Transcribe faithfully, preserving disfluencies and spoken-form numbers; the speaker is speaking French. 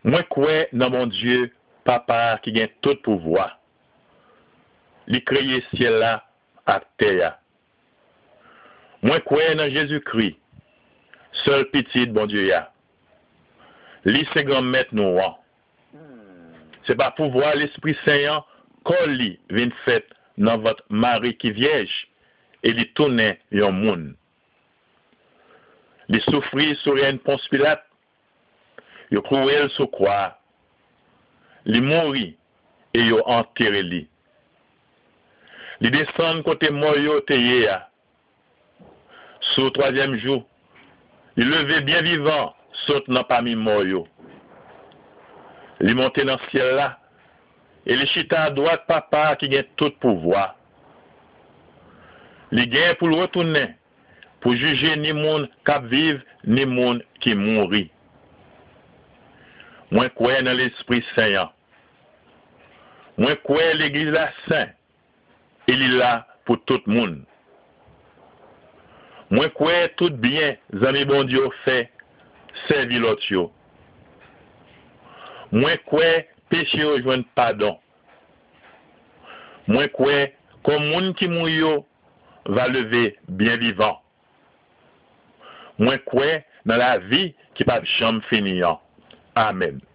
Moi crois dans mon Dieu, papa qui gagne tout pouvoir. Il créé ciel là à terre. Moi crois dans Jésus-Christ, seul petit bon Dieu ya. Li c'est grand maître nous. C'est pas pouvoir l'Esprit Saint qu'on li vient fait dans votre mari qui vierge et li tourne yon moun. Li souffrir sur une Ponce Pilate, yo cruel sous croix. Li mourit et yo enterré li. Li descend côté mort yo teye ya. Sous troisième jour, il levé bien vivant, saute dans parmi mort yo. Li monte dans le ciel là, et li chita à droite papa qui gagne tout pouvoir. Li gagne pour le retourner, pour juger ni moun qui vive, ni moun qui mourit. Moi crois dans l'Esprit Saint. Moi crois l'Église la saint. Il est là pour tout le monde. Moi crois tout bien, amis bon Dieu fait, servir l'autre yo. Moi crois péché yo joindre pardon. Moi crois comme moun qui mouyo va lever bien vivant. Moi crois dans la vie qui pas jamais finir. Amen.